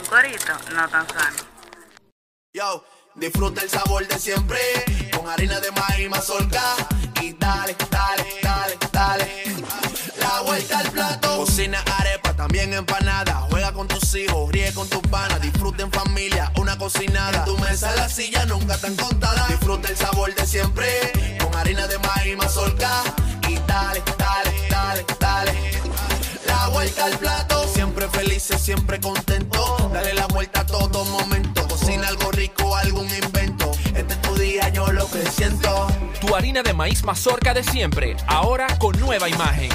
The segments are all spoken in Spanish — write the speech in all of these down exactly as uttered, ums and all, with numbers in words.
corito no tan sano. Yo, disfruta el sabor de siempre, con harina de maíz mazorca, y dale, dale, dale, dale, la vuelta al plato. Cocina arepa, también empanada, juega con tus hijos, ríe con tus panas, disfruta en familia, una cocinada. En tu mesa la silla nunca tan contada. Disfruta el sabor de siempre, con harina de maíz mazorca, y dale, dale, dale, dale, la vuelta al plato. Siempre felices, siempre contento, dale la vuelta a todo momento. Cocina algo rico, algún invento, este es tu día, yo lo que siento. Tu harina de maíz mazorca de siempre, ahora con nueva imagen.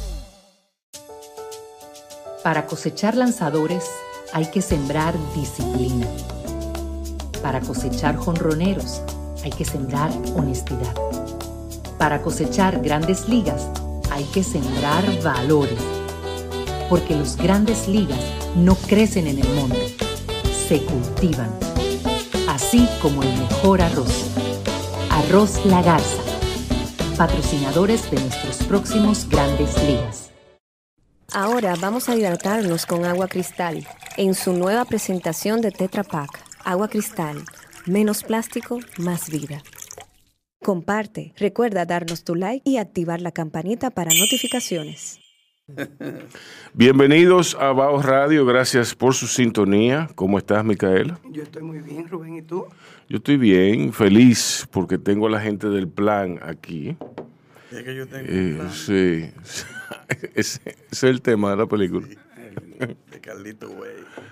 Para cosechar lanzadores hay que sembrar disciplina. Para cosechar jonroneros hay que sembrar honestidad. Para cosechar grandes ligas hay que sembrar valores. Porque los grandes ligas no crecen en el monte, se cultivan. Así como el mejor arroz. Arroz La Garza, patrocinadores de nuestros próximos grandes ligas. Ahora vamos a hidratarnos con agua cristal en su nueva presentación de Tetra Pak. Agua cristal, menos plástico, más vida. Comparte, recuerda darnos tu like y activar la campanita para notificaciones. Bienvenidos a Baos Radio, gracias por su sintonía. ¿Cómo estás, Micaela? Yo estoy muy bien, Rubén, ¿y tú? Yo estoy bien, feliz porque tengo a la gente del plan aquí. Es que yo tengo eh, un plan. Sí, ese, ese es el tema de la película. Sí, de Carlito Güey.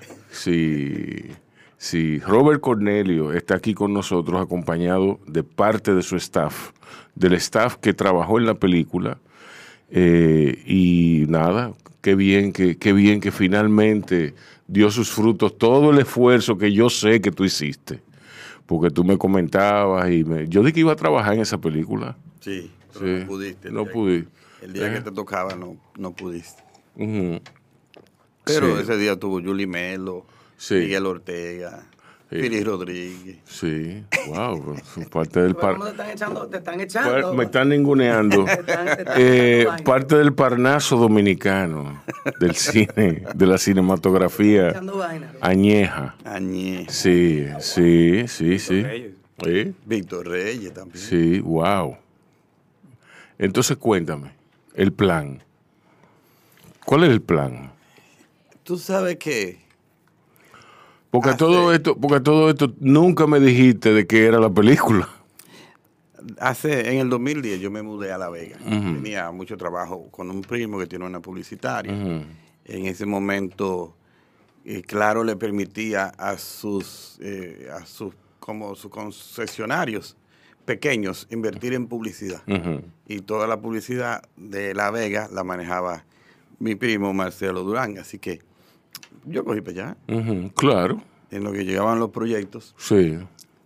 Sí, sí. Robert Cornelio está aquí con nosotros acompañado de parte de su staff, del staff que trabajó en la película. Eh, y nada, qué bien que, qué bien que finalmente dio sus frutos todo el esfuerzo que yo sé que tú hiciste, porque tú me comentabas y me, yo dije que iba a trabajar en esa película. Sí, pero Sí, no pudiste. no día pude. que- El día Eh. que te tocaba no, no pudiste. Uh-huh. Pero Sí. ese día tuvo Julie Melo, Sí. Miguel Ortega, Sí. Piri Rodríguez. Sí, wow, pues, parte del par... Te están echando, te están par- echando. me están ninguneando. Te están- te están Eh, echando vaina. parte del parnaso dominicano, del cine, de la cinematografía Echando vaina. añeja. Añé, Sí, sí, sí, sí. Sí, Víctor Reyes también. sí, wow. Entonces cuéntame, el plan. ¿Cuál es el plan? Tú sabes que Porque Hace- todo esto, porque todo esto nunca me dijiste de qué era la película. hace en el dos mil diez yo me mudé a La Vega. Tenía mucho trabajo con un primo que tiene una publicitaria. Ujú. En ese momento, eh, Claro le permitía a sus, eh, a sus, como sus concesionarios pequeños invertir en publicidad. Ujú. Y toda la publicidad de La Vega la manejaba mi primo Marcelo Durán. Así que yo cogí para allá, Ujú, claro, en lo que llegaban los proyectos. sí.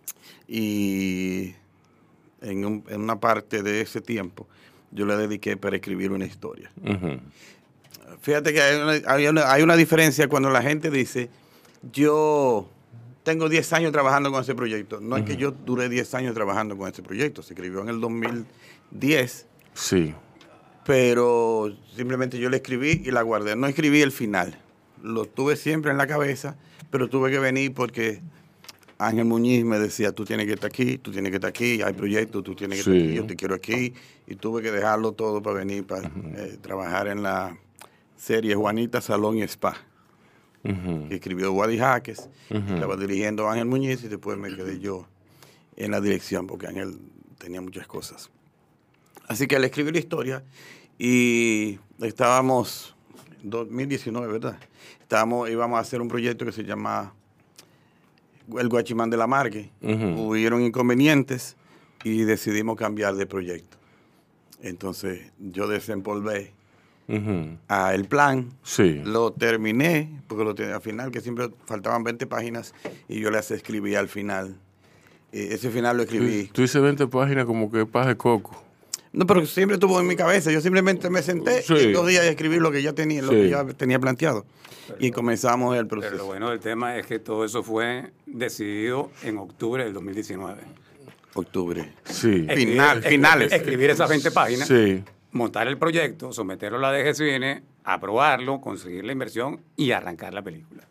Y en, un- en una parte de ese tiempo, yo le dediqué para escribir una historia. Ujú. Fíjate que hay una, hay una- hay una diferencia cuando la gente dice, yo tengo diez años trabajando con ese proyecto. No es que yo duré diez años trabajando con ese proyecto, se escribió en el dos mil diez, Sí. pero simplemente yo le escribí y la guardé. No escribí el final, lo tuve siempre en la cabeza, pero tuve que venir porque Ángel Muñiz me decía, tú tienes que estar aquí, tú tienes que estar aquí, hay proyectos, tú tienes que Sí. estar aquí, yo te quiero aquí, y tuve que dejarlo todo para venir, para eh, trabajar en la serie Juanita Salón y Spa, Ujú. que escribió Wadi Jaques, Ujú. estaba dirigiendo Ángel Muñiz y después me quedé yo en la dirección porque Ángel tenía muchas cosas. Así que le escribí la historia y estábamos, dos mil diecinueve, ¿verdad? Estábamos, íbamos a hacer un proyecto que se llama El Guachimán de la Margue. Ujú. Hubieron inconvenientes y decidimos cambiar de proyecto. Entonces yo desempolvé Ujú. a el plan, Sí. lo terminé, porque lo tenía al final, que siempre faltaban veinte páginas, y yo las escribí al final. Eh, ese final lo escribí. Tú, tú hice veinte páginas como que paz de coco. No, pero siempre estuvo en mi cabeza. Yo simplemente me senté Sí. y dos días escribí lo que ya tenía, lo Sí. que ya tenía planteado. Y comenzamos el Pero lo proceso. bueno del tema es que todo eso fue decidido en octubre del dos mil diecinueve. Octubre. Sí. Eh, Final, Escribir- finales. Escribir esas veinte páginas, Sí. montar el proyecto, someterlo a la D G Cine, aprobarlo, conseguir la inversión y arrancar la película.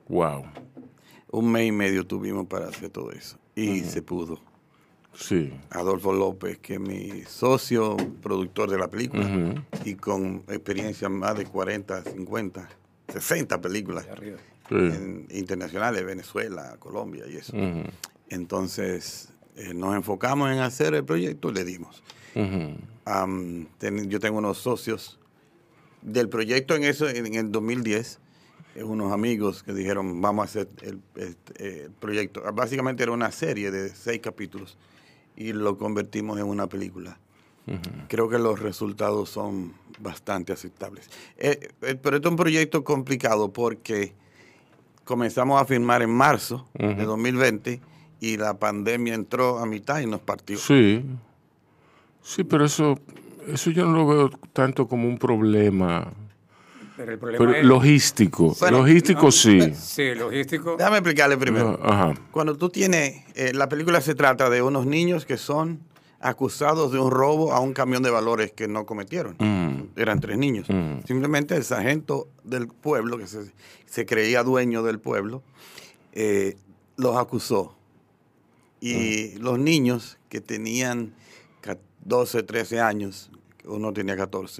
Wow. Un mes y medio tuvimos para hacer todo eso. Y uh-huh. se pudo. Sí. Adolfo López, que es mi socio, productor de la película, uh-huh. y con experiencia más de cuarenta, cincuenta, sesenta películas sí. en, internacionales, Venezuela, Colombia y eso. Uh-huh. Entonces, eh, nos enfocamos en hacer el proyecto y le dimos. Uh-huh. Um, ten, yo tengo unos socios del proyecto en eso en, en el dos mil diez, eh, unos amigos que dijeron, vamos a hacer el, el, el proyecto. Básicamente era una serie de seis capítulos. Y lo convertimos en una película. Uh-huh. Creo que los resultados son bastante aceptables. Eh, eh, pero esto es un proyecto complicado porque comenzamos a filmar en marzo uh-huh. de dos mil veinte y la pandemia entró a mitad y nos partió. Sí, sí, pero eso, eso yo no lo veo tanto como un problema. Pero el problema pero es... logístico. Bueno, logístico no, sí. Sí, logístico. Déjame explicarle primero. No, ajá. Cuando tú tienes, eh, la película se trata de unos niños que son acusados de un robo a un camión de valores que no cometieron. Mm. Eran tres niños. Mm. Simplemente el sargento del pueblo, que se, se creía dueño del pueblo, eh, los acusó. Y mm. los niños que tenían doce, trece años, uno tenía catorce,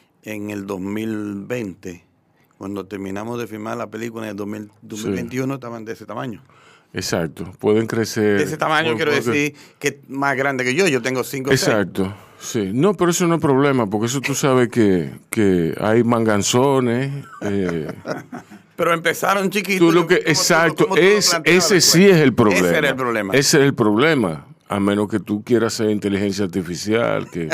en el dos mil veinte, cuando terminamos de filmar la película en el dos mil, dos mil veintiuno, sí. estaban de ese tamaño. Exacto, pueden crecer. De ese tamaño, por, quiero porque... decir, que más grande que yo, yo tengo cinco o seis. Exacto, sí. No, pero eso no es problema, porque eso tú sabes que, que hay manganzones. Eh... Pero empezaron chiquitos. Tú lo que, como, exacto, como, como es, ese sí es el problema. Ese era el problema. Ese es el problema, a menos que tú quieras hacer inteligencia artificial, que...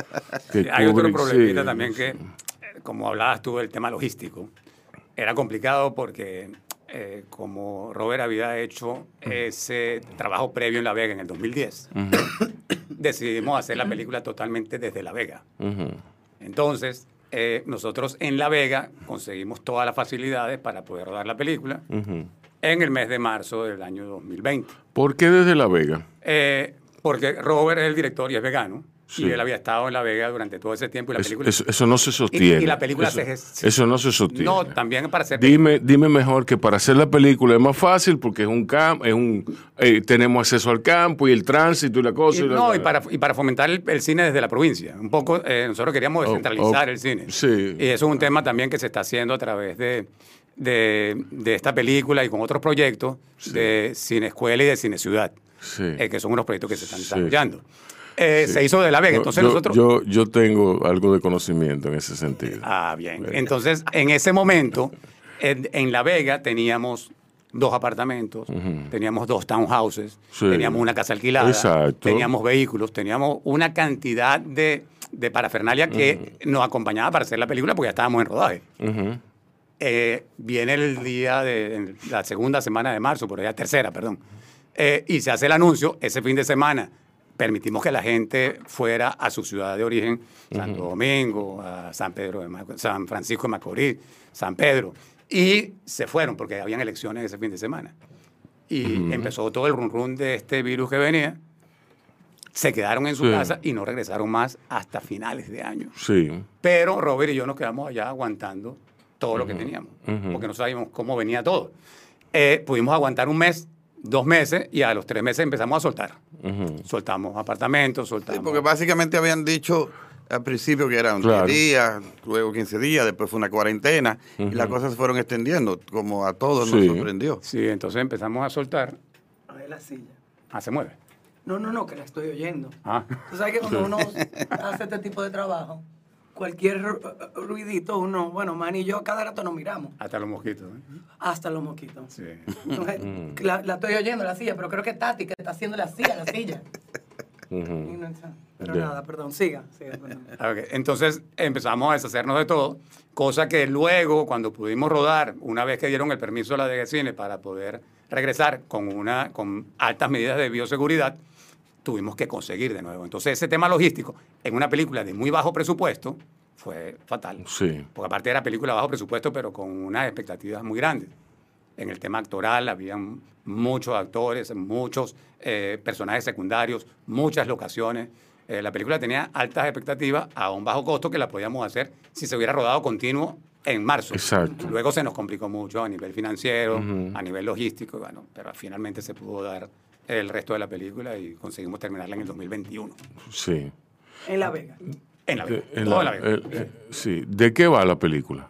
Sí, hay otro problemita sí. también que, como hablabas tú del tema logístico, era complicado porque eh, como Robert había hecho ese trabajo previo en La Vega en el dos mil diez, uh-huh. decidimos hacer la película totalmente desde La Vega. Uh-huh. Entonces, eh, nosotros en La Vega conseguimos todas las facilidades para poder rodar la película uh-huh. en el mes de marzo del año dos mil veinte. ¿Por qué desde La Vega? Eh, porque Robert es el director y es vegano. Sí. Y él había estado en La Vega durante todo ese tiempo y la eso, película... Eso, eso no se sostiene. Y, y la película eso, se... Sí. Eso no se sostiene. No, también para hacer... Dime, dime mejor que para hacer la película es más fácil porque es un campo, es un eh, tenemos acceso al campo y el tránsito y la cosa. Y, y la, no, y para, y para fomentar el, el cine desde la provincia. Un poco, eh, nosotros queríamos descentralizar oh, oh, el cine. Sí. Y eso es un tema también que se está haciendo a través de, de, de esta película y con otros proyectos sí. de Cine Escuela y de Cine Ciudad, sí. eh, que son unos proyectos que se están sí. desarrollando. Eh, sí. Se hizo de La Vega, entonces yo, nosotros... Yo, yo tengo algo de conocimiento en ese sentido. Ah, bien. Entonces, en ese momento, en, en La Vega teníamos dos apartamentos, uh-huh. teníamos dos townhouses, sí. teníamos una casa alquilada, exacto. teníamos vehículos, teníamos una cantidad de, de parafernalia que uh-huh. nos acompañaba para hacer la película porque ya estábamos en rodaje. Uh-huh. Eh, viene el día de la segunda semana de marzo, por allá tercera, perdón, eh, y se hace el anuncio ese fin de semana. Permitimos que la gente fuera a su ciudad de origen, Santo uh-huh. Domingo, a San Pedro de Mac- San Francisco de Macorís, San Pedro, y se fueron porque habían elecciones ese fin de semana. Y uh-huh. empezó todo el run run de este virus que venía. Se quedaron en su sí. casa y no regresaron más hasta finales de año. Sí. Pero Robert y yo nos quedamos allá aguantando todo uh-huh. lo que teníamos, uh-huh. porque no sabíamos cómo venía todo. Eh, pudimos aguantar un mes, dos meses, y a los tres meses empezamos a soltar. Uh-huh. Soltamos apartamentos, soltamos... Sí, porque básicamente habían dicho al principio que eran claro. diez días, luego quince días, después fue una cuarentena, uh-huh. y las cosas se fueron extendiendo, como a todos sí. nos sorprendió. Sí, entonces empezamos a soltar. A ver la silla. Ah, se mueve. No, no, no, que la estoy oyendo. Ah. Tú sabes que cuando uno hace este tipo de trabajo, cualquier ruidito, uno, bueno, Man y yo cada rato nos miramos. Hasta los mosquitos. ¿eh? Hasta los mosquitos. Sí. La, la estoy oyendo, la silla, pero creo que Tati, que está haciendo la silla, la silla. Uh-huh. No está, pero yeah. nada, perdón, siga. siga perdón. Okay. Entonces empezamos a deshacernos de todo, cosa que luego, cuando pudimos rodar, una vez que dieron el permiso a la de Cine para poder regresar con, una, con altas medidas de bioseguridad, tuvimos que conseguir de nuevo. Entonces, ese tema logístico, en una película de muy bajo presupuesto, fue fatal. Sí. Porque aparte era película de bajo presupuesto, pero con unas expectativas muy grandes. En el tema actoral, habían muchos actores, muchos eh, personajes secundarios, muchas locaciones. Eh, la película tenía altas expectativas a un bajo costo que la podíamos hacer si se hubiera rodado continuo en marzo. Exacto. Luego se nos complicó mucho a nivel financiero, Ujú. a nivel logístico, bueno, pero finalmente se pudo dar el resto de la película y conseguimos terminarla en el dos mil veintiuno. Sí. En La Vega. En La Vega. Eh, en toda la- La Vega. eh, eh, sí. ¿De qué va la película?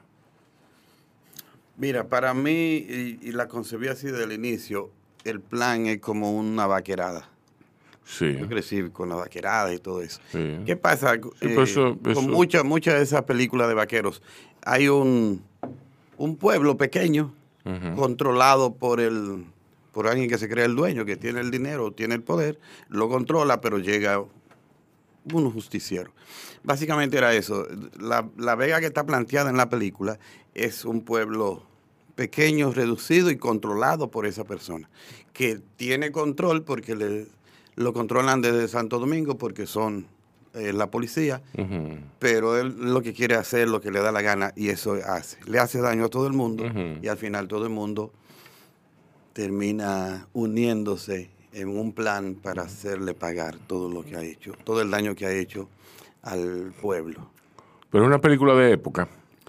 Mira, para mí, y, y la concebí así desde el inicio, el plan es como una vaquerada. Sí. Yo crecí con las vaqueradas y todo eso. Sí. ¿Qué pasa? pero Eh, eso- eso- Con muchas muchas de esas películas de vaqueros, hay un, un pueblo pequeño Ujú. controlado por el por alguien que se cree el dueño, que tiene el dinero, tiene el poder, lo controla, pero llega un justiciero. Básicamente era eso. La, la Vega que está planteada en la película es un pueblo pequeño, reducido y controlado por esa persona, que tiene control porque le, lo controlan desde Santo Domingo porque son eh, la policía, Ujú. pero él lo que quiere hacer, lo que le da la gana, y eso hace. Le hace daño a todo el mundo Ujú. y al final todo el mundo termina uniéndose en un plan para hacerle pagar todo lo que ha hecho, todo el daño que ha hecho al pueblo. Pero es una película de época.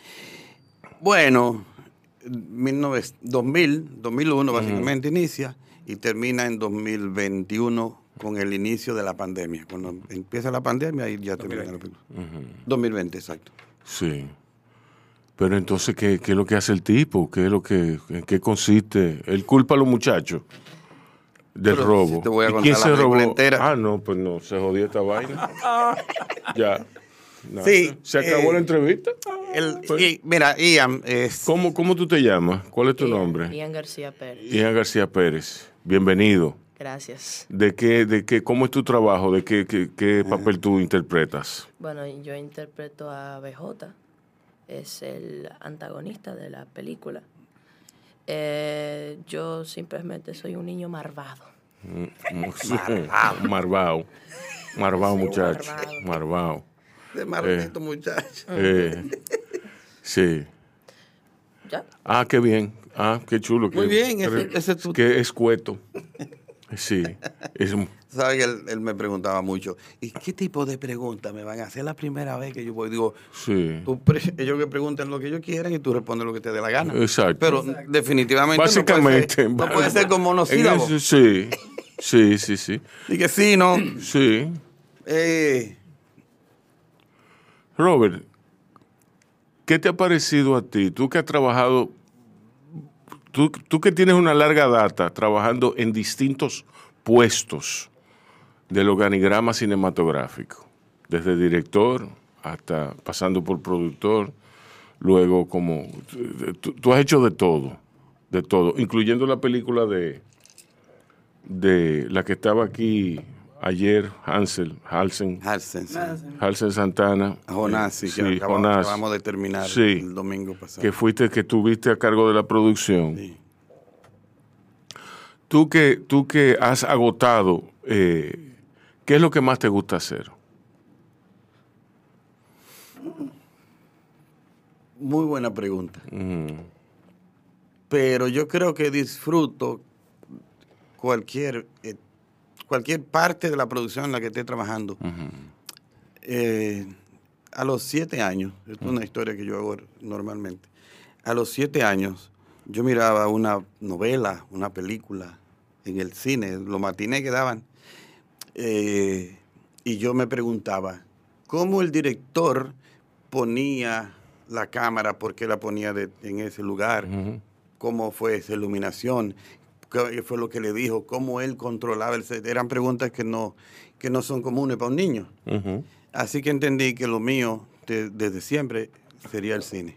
Bueno, mil novecientos, dos mil, dos mil uno básicamente inicia y termina en dos mil veintiuno con el inicio de la pandemia. Cuando empieza la pandemia y ya termina la película. dos mil veinte, exacto. Sí. Pero entonces, ¿qué, qué es lo que hace el tipo? ¿Qué es lo que, en qué consiste? Él culpa a los muchachos del Pero robo. si te voy a ¿Y contar quién la se película robó? entera. Ah, no, pues no, se jodió esta vaina. Ya. Nada. Sí, ¿Se acabó eh, la entrevista? El- Pues, y, mira, Ian es... ¿Cómo, ¿Cómo tú te llamas? ¿Cuál es tu Ian- nombre? Ian García Pérez. Ian García Pérez. Bienvenido. Gracias. ¿De qué, de qué, cómo es tu trabajo? ¿De qué, qué, qué papel tú interpretas? Bueno, yo interpreto a B J, es el antagonista de la película. Eh, yo simplemente soy un niño marvado. Marvao. Marvao. Marvao, muchacho. marvado. de Marvao. este maldito muchacho. Eh, sí. ¿Ya? Ah, qué bien. Ah, qué chulo. Muy qué- bien, ese- ese es tu- Qué escueto. Sí. Es, un- ¿Sabes que él, él me preguntaba mucho? ¿Y qué tipo de preguntas me van a hacer la primera vez que yo voy? Digo, sí. tú pre- ellos que pregunten lo que ellos quieran y tú respondes lo que te dé la gana. Exacto. Pero definitivamente Básicamente. no puede ser, no puede ser con en monosílabos. eso, sí. Sí, sí, sí. Y que sí, no. Sí. Eh, Robert, ¿qué te ha parecido a ti? Tú que has trabajado, tú, tú que tienes una larga data trabajando en distintos puestos del organigrama cinematográfico, desde director hasta pasando por productor, luego como... Tú, tú has hecho de todo, de todo, incluyendo la película de, de la que estaba aquí ayer, Hansel, Halsen. Halsen, sí. Halsen Santana. A Jonás, sí, Sí, que acabamos, Jonás. acabamos de terminar Sí. el domingo pasado. Que fuiste, que tuviste a cargo de la producción. Sí. Tú que, tú que has agotado, eh, ¿qué es lo que más te gusta hacer? Muy buena pregunta. Mm, Pero yo creo que disfruto cualquier, eh, cualquier parte de la producción en la que esté trabajando. Eh, a los siete años, esto es una historia que yo hago normalmente, a los siete años yo miraba una novela, una película en el cine, los matinés que daban, eh, y yo me preguntaba, ¿cómo el director ponía la cámara? ¿Por qué la ponía de- en ese lugar? ujú. ¿Cómo fue esa iluminación? ¿Qué fue lo que le dijo? ¿Cómo él controlaba el set? Eran preguntas que no, que no son comunes para un niño. Ujú. Así que entendí que lo mío de- desde siempre sería el cine.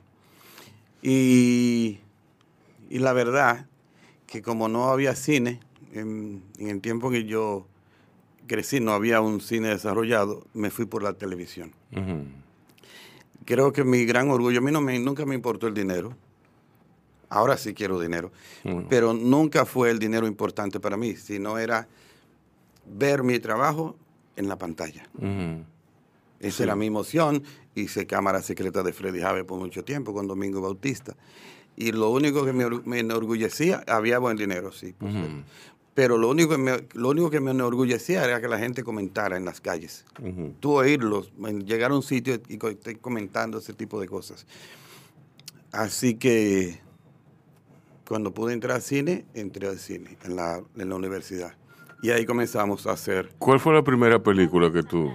Y, y la verdad que como no había cine, en, en el tiempo que yo crecí no había un cine desarrollado, me fui por la televisión. Ujú. Creo que mi gran orgullo, a mí no me, nunca me importó el dinero. Ahora sí quiero dinero. Ujú. Pero nunca fue el dinero importante para mí, sino era ver mi trabajo en la pantalla. Ujú. Esa Sí. era mi emoción. Hice cámara secreta de Freddy Jave por mucho tiempo con Domingo Bautista. Y lo único que me, or- me enorgullecía, había buen dinero, sí. por Ujú. cierto. Pero lo único, que me, lo único que me enorgullecía era que la gente comentara en las calles. Ujú. Tú oírlos, en- llegar a un sitio y co- estar comentando ese tipo de cosas. Así que cuando pude entrar al cine, entré al cine en la, en la universidad. Y ahí comenzamos a hacer... ¿Cuál fue la primera película que tú...?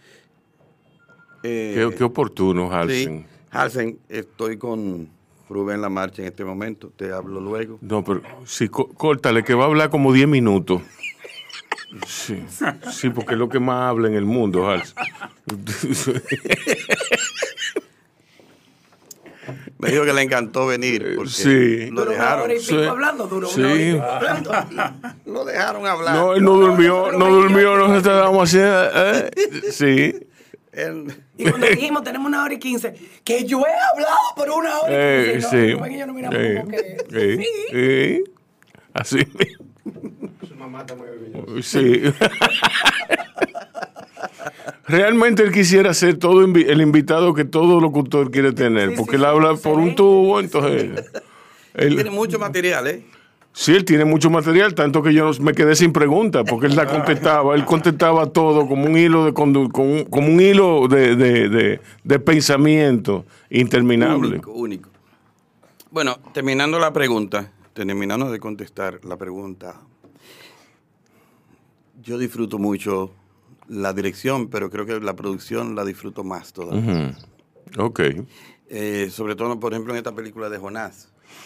Eh, qué, qué oportuno, Halsen. Sí, Halsen, estoy con Rubén Lamarche en este momento, te hablo luego. No, pero sí, có- córtale, que va a hablar como diez minutos. Sí, sí, porque es lo que más habla en el mundo, Halsen. Me dijo que le encantó venir porque Sí. lo Duró una dejaron. hora y pico Sí. hablando, duró Sí. una hora y pico hablando. Lo dejaron hablar. No, él no durmió, no durmió, no se estábamos haciendo. ¿eh? Sí. Él- Y cuando dijimos tenemos una hora y quince, que yo he hablado por una hora y Eh, quince. sí. No, Rubén y yo no miramos Eh, como que... eh, sí. eh. Así mismo. Sí. Realmente él quisiera ser todo invi- el invitado que todo locutor quiere tener, Sí, porque sí, él sí, habla por un excelente. tubo, entonces... él- Tiene mucho material, ¿eh? sí, él tiene mucho material, tanto que yo no- me quedé sin preguntas, porque él la contestaba, él contestaba todo como un hilo de condu- como un, como un hilo de, de, de- de pensamiento interminable. Único, único. Bueno, terminando la pregunta, terminando de contestar la pregunta, yo disfruto mucho la dirección, pero creo que la producción la disfruto más todavía. Ujú. Ok. Eh, sobre todo, por ejemplo, en esta película de Jonás.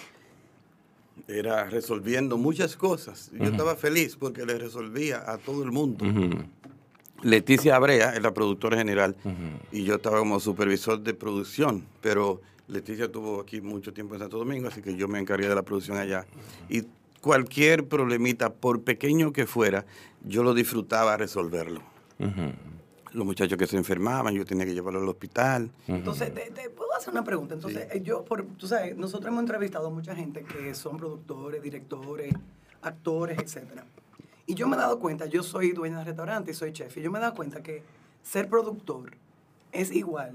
Era resolviendo muchas cosas. Yo estaba feliz porque le resolvía a todo el mundo. Ujú. Leticia Abrea es la productora general y yo estaba como supervisor de producción, pero Leticia estuvo aquí mucho tiempo en Santo Domingo, así que yo me encargué de la producción allá. Y cualquier problemita, por pequeño que fuera, yo lo disfrutaba resolverlo. Ujú. Los muchachos que se enfermaban, yo tenía que llevarlos al hospital. Entonces, te, te puedo hacer una pregunta. Entonces, eh, yo, por, tú sabes, nosotros hemos entrevistado a mucha gente que son productores, directores, actores, etcétera. Y yo me he dado cuenta, yo soy dueña de restaurante y soy chef, y yo me he dado cuenta que ser productor es igual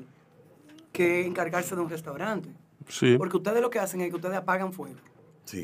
que encargarse de un restaurante. Sí. Porque ustedes lo que hacen es que ustedes apagan fuego. Sí.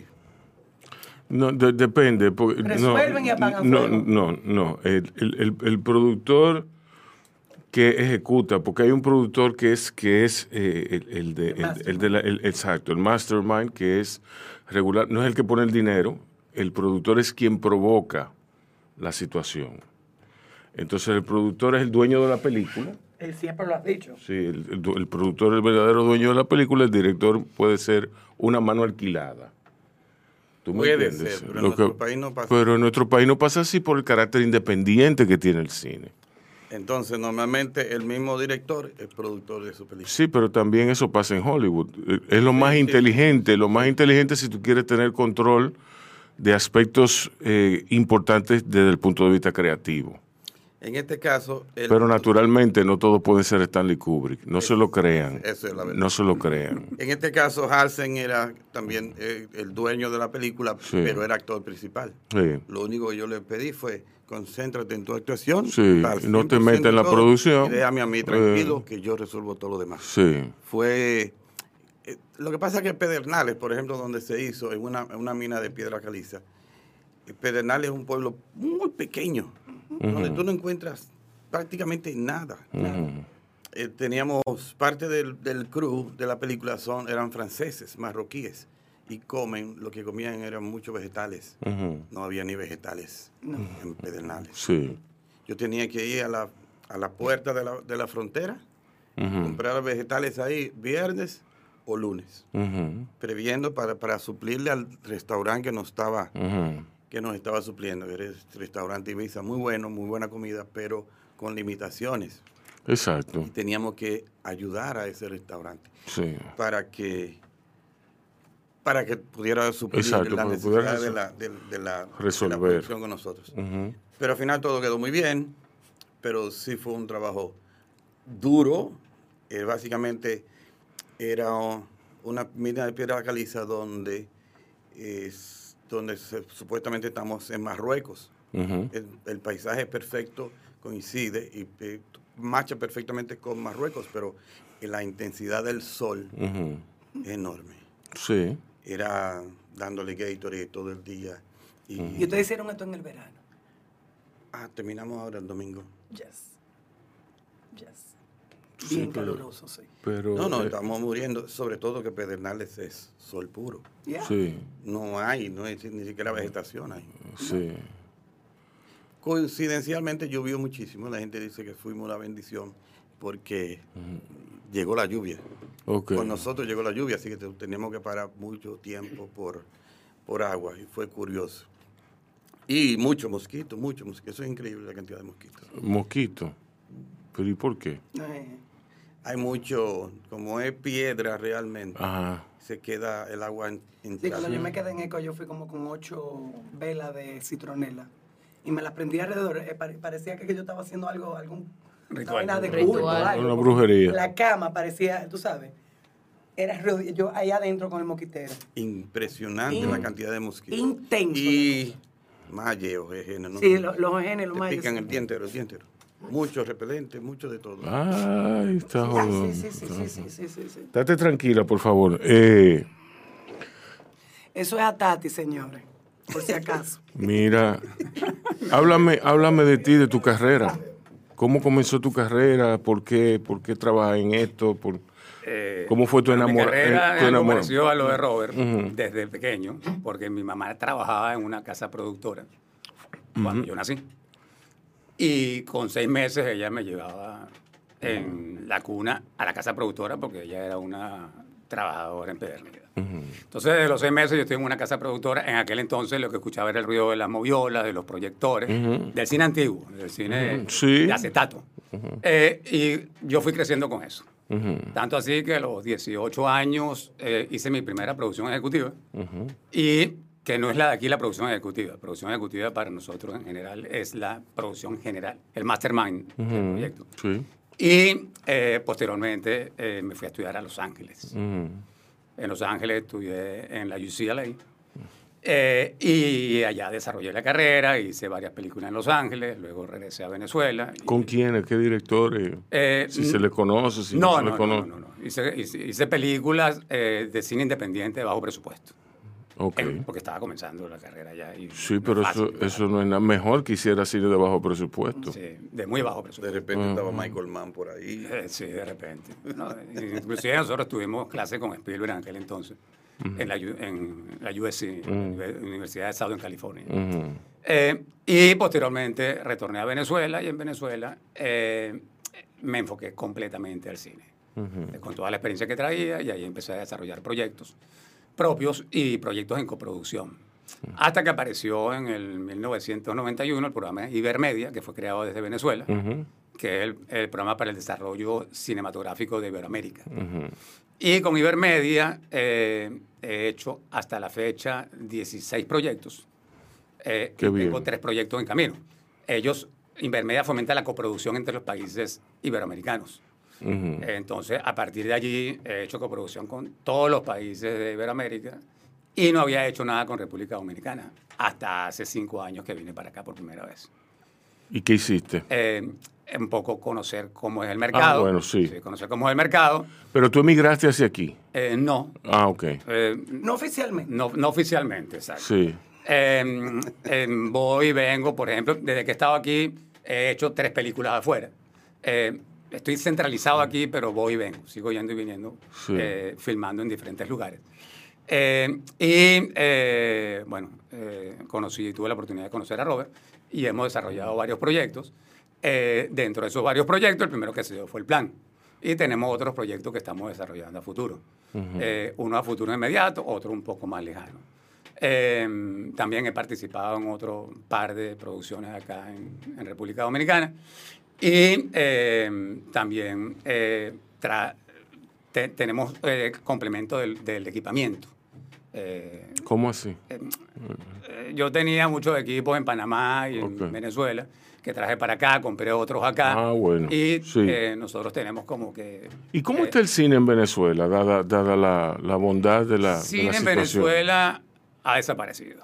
No, de- depende. porque- no, Resuelven y apagan no, fuego. no, no. El, el- el- el productor que ejecuta, porque hay un productor que es que es eh, el, el de, el, el de la, el- exacto, el mastermind, que es regular, no es el que pone el dinero, el productor es quien provoca la situación. Entonces el productor es el dueño de la película. Él siempre lo has dicho. Sí, el, el du- el productor es el verdadero dueño de la película, el director puede ser una mano alquilada. ¿Tú me Puede entiendes? ser, pero en Lo nuestro que- país no pasa. Pero en nuestro país no pasa así por el carácter independiente que tiene el cine. Entonces, normalmente el mismo director es productor de su película. Sí, pero también eso pasa en Hollywood. Eh, Es lo más sí. inteligente, lo más inteligente si tú quieres tener control de aspectos eh, importantes desde el punto de vista creativo. En este caso, el- Pero naturalmente no todos pueden ser Stanley Kubrick. No se lo crean. Eso es la verdad. No se lo crean. en este caso, Halsen era también eh, el dueño de la película, Sí. pero era actor principal. Sí. Lo único que yo le pedí fue, concéntrate en tu actuación. Sí, al no te cien por ciento metas en la todo, producción. Y déjame a mí tranquilo, Eh. que yo resuelvo todo lo demás. Sí. Fue... eh, lo que pasa es que Pedernales, por ejemplo, donde se hizo, en una, en una mina de piedra caliza, eh, Pedernales es un pueblo muy pequeño, donde tú no encuentras prácticamente nada. nada. Eh, teníamos parte del, del crew de la película, son, eran franceses, marroquíes, y comen, lo que comían eran muchos vegetales. Ujú. No había ni vegetales en Pedernales. Sí. Yo tenía que ir a la, a la puerta de la, de la frontera, Ujú. comprar vegetales ahí viernes o lunes, Ujú. previendo para, para suplirle al restaurante que nos estaba, Ujú. que nos estaba supliendo. Era el restaurante Ibiza, muy bueno, muy buena comida, pero con limitaciones. Exacto. Y teníamos que ayudar a ese restaurante Sí. para que para que pudiera suplir Exacto, la para necesidad poder de la, de, de la, de la resolver. producción con nosotros. Ujú. Pero al final todo quedó muy bien, pero sí fue un trabajo duro. Eh, básicamente era una mina de piedra caliza donde, es, donde se- supuestamente estamos en Marruecos. Ujú. El, el paisaje es perfecto, coincide y eh, marcha perfectamente con Marruecos, pero la intensidad del sol Ujú. es enorme. Sí. Era dándole Gatorade todo el día. Y, Y ustedes hicieron esto en el verano. ah, terminamos ahora el domingo. Yes. Yes. bien Sí, pero- caluroso, sí. Pero, No, no, eh, estamos muriendo, sobre todo que Pedernales es sol puro. Yeah. sí, No hay, no hay ni siquiera vegetación ahí. sí. Coincidencialmente llovió muchísimo. La gente dice que fuimos una bendición porque llegó la lluvia. Ok. Con nosotros llegó la lluvia, así que te- teníamos que parar mucho tiempo por, por agua y fue curioso. Y mucho mosquito, mucho mosquito. Eso es increíble la cantidad de mosquitos. Mosquito. ¿Pero y por qué? Eh, Hay mucho, como es piedra realmente, Ajá. se queda el agua en, en Sí, cuando yo me quedé en Eco, yo fui como con ocho velas de citronela. Y me las prendí alrededor. Eh, pare- parecía que yo estaba haciendo algo, algún Ritual. vaina de Ritual. culto, algo. Una brujería. La cama parecía, tú sabes, era rodi- yo ahí adentro con el mosquitero. Impresionante In- la cantidad de mosquitos. intenso Y mayeo, jejenes, ¿no? Sí, lo- los genes, los Te mayos. pican sí. el día entero, el día entero. Mucho repelente, mucho de todo. Ay, está Ah, jodido. sí, sí, sí, sí, sí, sí, sí, sí. Estate tranquila, por favor. Eh, Eso es a Tati, señores, por si acaso. mira, háblame, háblame de ti, de tu carrera. ¿Cómo comenzó tu carrera? ¿Por qué, por qué trabajas en esto? ¿Por, Eh, ¿Cómo fue tu bueno, enamor- Mi carrera eh, tu es algo enamor- parecido a lo de Robert Ujú. desde pequeño, porque mi mamá trabajaba en una casa productora cuando yo nací. Y con seis meses ella me llevaba en la cuna a la casa productora porque ella era una trabajadora empedernida. Entonces, desde los seis meses yo estoy en una casa productora. En aquel entonces lo que escuchaba era el ruido de las moviolas, de los proyectores, Ujú. del cine antiguo, del cine Ujú, sí. de acetato. Eh, y yo fui creciendo con eso. Ujú, Tanto así que a los dieciocho años eh, hice mi primera producción ejecutiva ujú. y que no es la de aquí la producción ejecutiva. La producción ejecutiva para nosotros en general es la producción general, el mastermind del Ujú, proyecto. sí. Y eh, posteriormente eh, me fui a estudiar a Los Ángeles. Ujú. En Los Ángeles estudié en la U C L A eh, y allá desarrollé la carrera, hice varias películas en Los Ángeles, luego regresé a Venezuela. y- ¿Con quiénes? ¿Qué directores? Eh, Si se le conoce, si no, no, se no, le no, conoce. no, no, no. Hice, hice- hice películas eh, de cine independiente de bajo presupuesto. Ok. Eh, porque estaba comenzando la carrera ya. Y Sí, no es pero fácil, eso, ¿verdad? eso no es nada. Mejor que hiciera cine de bajo presupuesto. Sí, de muy bajo De presupuesto. repente estaba Michael Mann por ahí. Eh, sí, de repente. No, inclusive nosotros tuvimos clase con Spielberg en aquel entonces, en, la, U- en la U S C, en la Universidad de Southern California. Ujú. Eh, y posteriormente retorné a Venezuela y en Venezuela eh, me enfoqué completamente al cine, eh, con toda la experiencia que traía y ahí empecé a desarrollar proyectos propios y proyectos en coproducción. Hasta que apareció en el mil novecientos noventa y uno el programa Ibermedia, que fue creado desde Venezuela, Ujú. que es el, el programa para el desarrollo cinematográfico de Iberoamérica. Ujú. Y con Ibermedia eh, he hecho hasta la fecha dieciséis proyectos. Eh, Qué y bien. tengo tres proyectos en camino. Ellos, Ibermedia fomenta la coproducción entre los países iberoamericanos. Ujú. Eh, Entonces, a partir de allí, he hecho coproducción con todos los países de Iberoamérica y no había hecho nada con República Dominicana hasta hace cinco años que vine para acá por primera vez. ¿Y qué hiciste? Eh, un poco conocer cómo es el mercado. Ah, bueno, sí. Conocer cómo es el mercado. Pero tú emigraste hacia aquí. Eh, no, Ah, ok. eh, No oficialmente. no, no oficialmente, exacto. Sí. Eh, eh, voy y vengo, por ejemplo, desde que he estado aquí, he hecho tres películas afuera. Eh, estoy centralizado aquí, pero voy y vengo. Sigo yendo y viniendo, Sí. eh, filmando en diferentes lugares. Eh, y, eh, bueno, eh, conocí, tuve la oportunidad de conocer a Robert y hemos desarrollado varios proyectos. Eh, dentro de esos varios proyectos, el primero que se dio fue el plan. Y tenemos otros proyectos que estamos desarrollando a futuro. Eh, uno a futuro inmediato, otro un poco más lejano. Eh, también he participado en otro par de producciones acá en, en República Dominicana. Y eh, también eh, tra- te- tenemos eh, complemento del, del equipamiento. Eh, ¿Cómo así? eh, yo tenía muchos equipos en Panamá y en Ok. Venezuela que traje para acá, compré otros acá. Ah, bueno, Y sí. eh, nosotros tenemos como que... ¿Y cómo eh, está el cine en Venezuela, dada, dada la, la bondad de la, de la cine en situación? Venezuela ha desaparecido.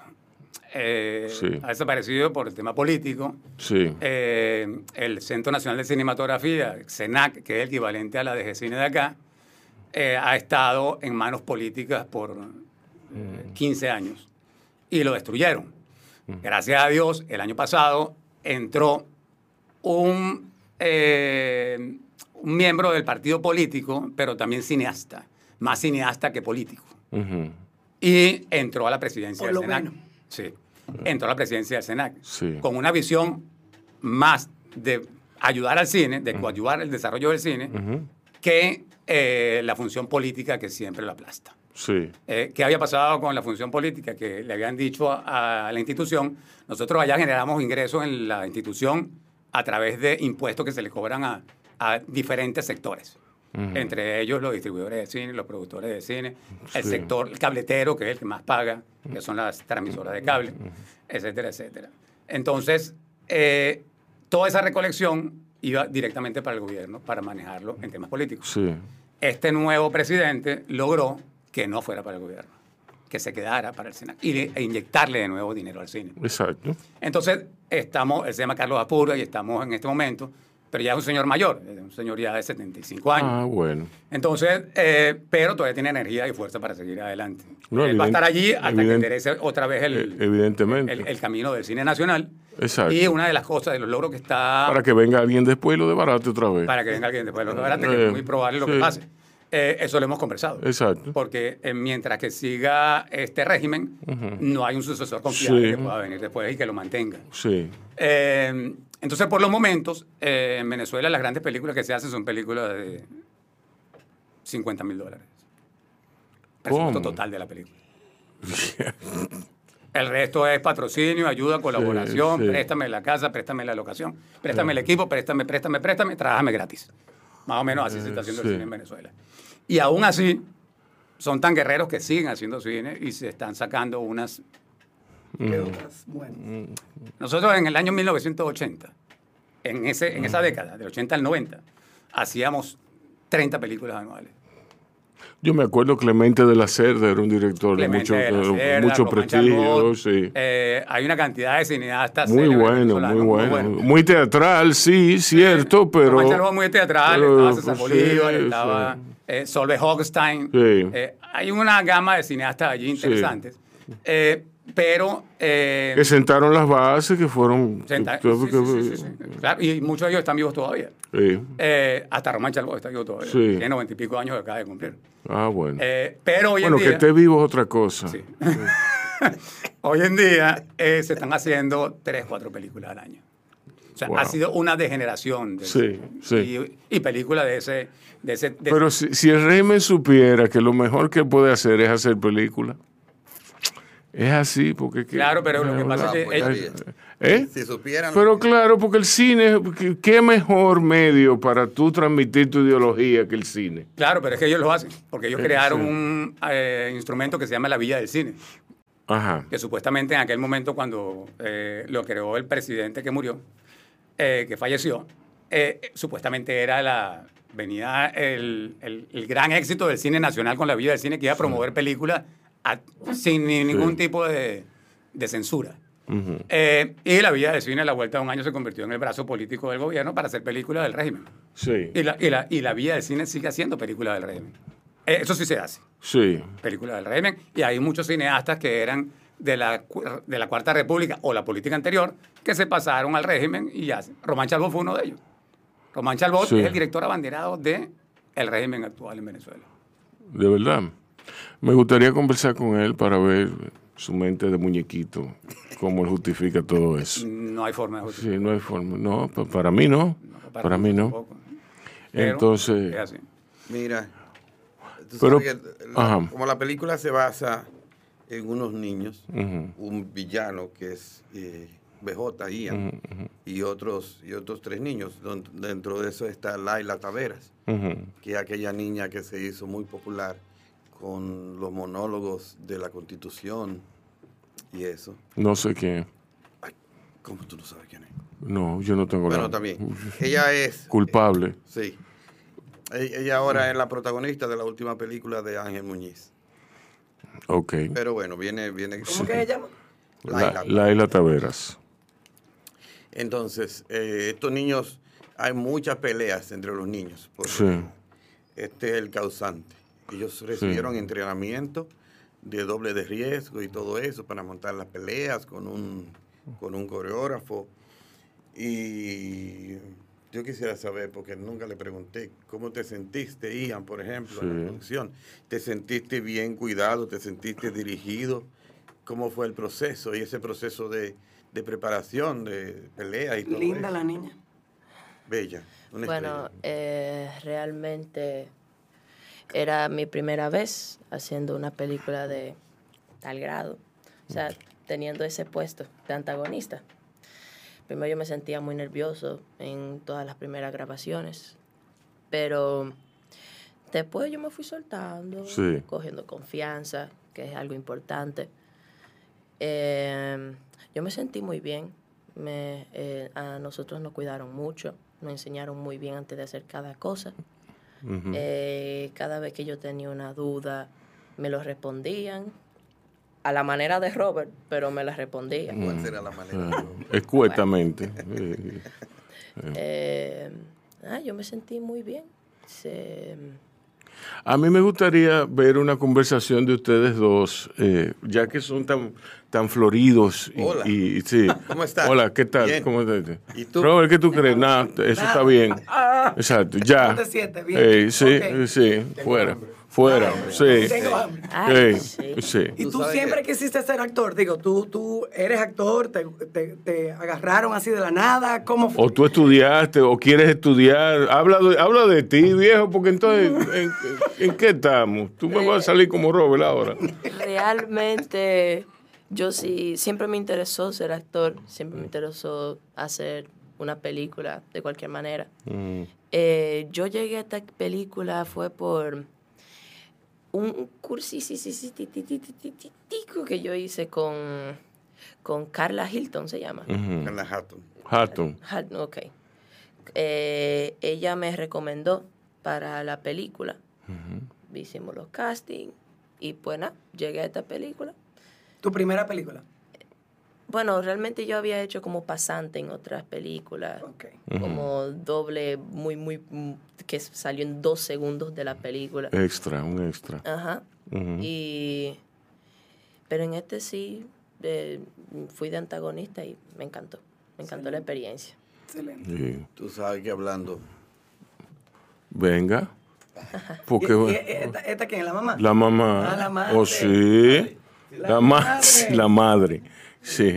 Eh, Sí. Ha desaparecido por el tema político. Sí. Eh, el Centro Nacional de Cinematografía, CENAC, que es el equivalente a la D G Cine de acá, eh, ha estado en manos políticas por eh, quince años y lo destruyeron. Gracias a Dios, el año pasado entró un, eh, un miembro del partido político, pero también cineasta, más cineasta que político. Ujú. Y entró a la presidencia Por del lo SENAC. menos. Sí, entró a la presidencia del SENAC. Sí. Con una visión más de ayudar al cine, de coadyuvar el desarrollo del cine, Ujú. que eh, la función política que siempre lo aplasta. Sí. Eh, ¿Qué había pasado con la función política? Que le habían dicho a, a la institución, nosotros allá generamos ingresos en la institución a través de impuestos que se le cobran a, a diferentes sectores. Ujú. Entre ellos los distribuidores de cine, los productores de cine, el Sí. sector el cabletero, que es el que más paga, que son las transmisoras de cable, etcétera, etcétera. Entonces, eh, toda esa recolección iba directamente para el gobierno, para manejarlo en temas políticos. Sí. Este nuevo presidente logró que no fuera para el gobierno, que se quedara para el SENAC y de, e inyectarle de nuevo dinero al cine. Exacto. Entonces, estamos, él se llama Carlos Apura y estamos en este momento, pero ya es un señor mayor, es un señor ya de setenta y cinco años. Ah, bueno. Entonces, eh, pero todavía tiene energía y fuerza para seguir adelante. No, Él va a estar evidente- allí hasta que evidente- enderece otra vez el, Eh, evidentemente. el, el camino del cine nacional. Exacto. Y una de las cosas, de los logros que está... Para que venga alguien después y lo desbarate otra vez. para que venga alguien después de lo que Eh, es muy probable lo sí. que pase. Eh, eso lo hemos conversado. Exacto. Porque eh, mientras que siga este régimen, no hay un sucesor confiable Sí. que pueda venir después y que lo mantenga. Sí. Eh, entonces, por los momentos, eh, en Venezuela las grandes películas que se hacen son películas de cincuenta mil dólares. Presupuesto ¿Cómo? total de la película. El resto es patrocinio, ayuda, colaboración, sí. préstame la casa, préstame la locación, préstame el equipo, préstame, préstame, préstame, trabájame gratis. Más o menos así se está haciendo sí. el cine en Venezuela. Y aún así, son tan guerreros que siguen haciendo cine y se están sacando unas... ¿Qué otras? Bueno. Nosotros en el año mil novecientos ochenta, en, ese, en esa década, del ochenta al noventa, hacíamos treinta películas anuales. Yo me acuerdo Clemente de la Cerda era un director de Clemente mucho, de la de Cerda, mucho Román prestigio. Chalbot, Sí. eh, hay una cantidad de cineastas Muy célebres bueno, venezolanos, muy bueno. Muy teatral, sí, cierto, pero... Román Chalbot muy teatral, pero, estaba César sí, Bolívar, sí. estaba eh, Solveig Hochstein. Sí. Eh, hay una gama de cineastas allí interesantes. Eh, pero... eh, Que sentaron las bases, que fueron... senta- que- sí, que- sí, sí, sí, sí. Claro, y muchos de ellos están vivos todavía. Sí. Eh, hasta Román Chalbot está vivo todavía. Sí. Tiene noventa y pico años que acaba de cumplir. Ah, bueno. Eh, pero hoy bueno, en que día... esté vivo es otra cosa. Sí. Hoy en día eh, se están haciendo tres, cuatro películas al año. O sea, Wow. ha sido una degeneración. del Sí, cine. sí. Y, y películas de ese... De ese de- Pero si, si el régimen supiera que lo mejor que puede hacer es hacer películas, es así, porque... que- Claro, pero lo que pasa Ah, es que... pues, ellos- está bien. ¿Eh? Si supieran... Pero claro, porque el cine, ¿qué- ¿qué mejor medio para tú transmitir tu ideología que el cine? claro, pero es que ellos lo hacen. Porque ellos Eh, crearon sí. un eh, instrumento que se llama la Villa del Cine. Ajá. Que supuestamente en aquel momento cuando eh, lo creó el presidente que murió, eh, que falleció, eh, supuestamente era la venía el, el- el gran éxito del cine nacional con la Villa del Cine, que iba a promover películas a- sin ni- ningún tipo de, de censura. Ujú. Eh, y la Villa del Cine a la vuelta de un año se convirtió en el brazo político del gobierno para hacer películas del régimen. Sí, Y la, y la, y la Villa del Cine sigue haciendo películas del régimen. Eh, eso sí se hace, sí. películas del régimen. Y hay muchos cineastas que eran de la, cu- de la Cuarta República o la política anterior que se pasaron al régimen y ya. Román Chalbot fue uno de ellos. Román Chalbot Sí. es el director abanderado del régimen actual en Venezuela. De verdad. Me gustaría conversar con él para ver su mente de muñequito, cómo él justifica todo eso. No hay forma de justificar. Sí, no hay forma. No, pa- para mí no. Para mí no. tampoco. Pero Entonces, es así. Mira, tú Pero- sabes que la- ajá. como la película se basa en unos niños, Ujú. un villano que es eh, B J, Ian, y otros y otros tres niños. Don- Dentro de eso está Laila Taveras, ujú. que es aquella niña que se hizo muy popular con los monólogos de la Constitución y eso. No sé quién. Ay, ¿cómo tú no sabes quién es? No, yo no tengo Bueno, la- también. Ella es... culpable. Sí. E- Ella ahora es la protagonista de la última película de Ángel Muñiz. Ok. Pero bueno, viene... viene ¿Cómo que se llama? La, Laila Taveras. Entonces, eh, estos niños, hay muchas peleas entre los niños. Porque Sí. este es el causante. Ellos recibieron entrenamiento de doble de riesgo y todo eso para montar las peleas con un, con un coreógrafo. Y yo quisiera saber, porque nunca le pregunté, ¿cómo te sentiste, Ian, por ejemplo, Sí. en la producción? ¿Te sentiste bien cuidado? ¿Te sentiste dirigido? ¿Cómo fue el proceso y ese proceso de, de preparación, de pelea y todo Linda eso? la niña. Bella, una Bueno, estrella. eh, realmente era mi primera vez haciendo una película de tal grado. O sea, teniendo ese puesto de antagonista. Primero yo me sentía muy nervioso en todas las primeras grabaciones, pero después yo me fui soltando, Sí. cogiendo confianza, que es algo importante. Eh, yo me sentí muy bien. Me, eh, a nosotros nos cuidaron mucho, nos enseñaron muy bien antes de hacer cada cosa. Ujú. Eh, cada vez que yo tenía una duda, me lo respondían a la manera de Robert, pero me la respondían. ¿Cuál será la manera? Ah, escuetamente. Eh, Eh, ah, yo me sentí muy bien. Se- A mí me gustaría ver una conversación de ustedes dos, eh, ya que son tan, tan floridos. Y, Hola. y- sí. ¿Cómo estás? Hola, ¿qué tal? Bien. ¿Cómo estás? ¿Y tú? Robert, ¿qué tú crees? Nada, eso está bien. Exacto, ya. ¿Cómo te sientes? Bien. Eh, sí, Ok. sí, fuera, fuera, sí. Tengo hambre. Ay, Eh, sí. sí. Y Tú tú sabes siempre que- quisiste ser actor. Digo, tú, tú eres actor, te, te, te agarraron así de la nada. ¿Cómo fue? O tú estudiaste, o quieres estudiar. Habla de, habla de ti, viejo, porque entonces, ¿en, en- en qué estamos? Tú me vas a salir como Robert ahora. Realmente, yo sí, siempre me interesó ser actor, siempre me interesó hacer una película de cualquier manera. Mm, Eh, yo llegué a esta película fue por un cursito que yo hice con, con Carla Hilton, se llama. ujú. En la Hatton. Hatton. Ha- Ok. Eh, ella me recomendó para la película. Hicimos los castings y pues nada, llegué a esta película. ¿Tu primera película? Bueno, realmente yo había hecho como pasante en otras películas. Ok. Como doble, muy, muy, mm, que salió en dos segundos de la película. Extra, un extra. Ajá. Ujú. Y, pero en este sí, eh, fui de antagonista y me encantó. Me encantó la experiencia. Excelente. Sí. Tú sabes que hablando, Venga. Porque ¿Y- y esta, esta quién es? ¿La mamá? la mamá. Ah, la madre. Oh, sí. La La, ma- madre. la madre. Sí.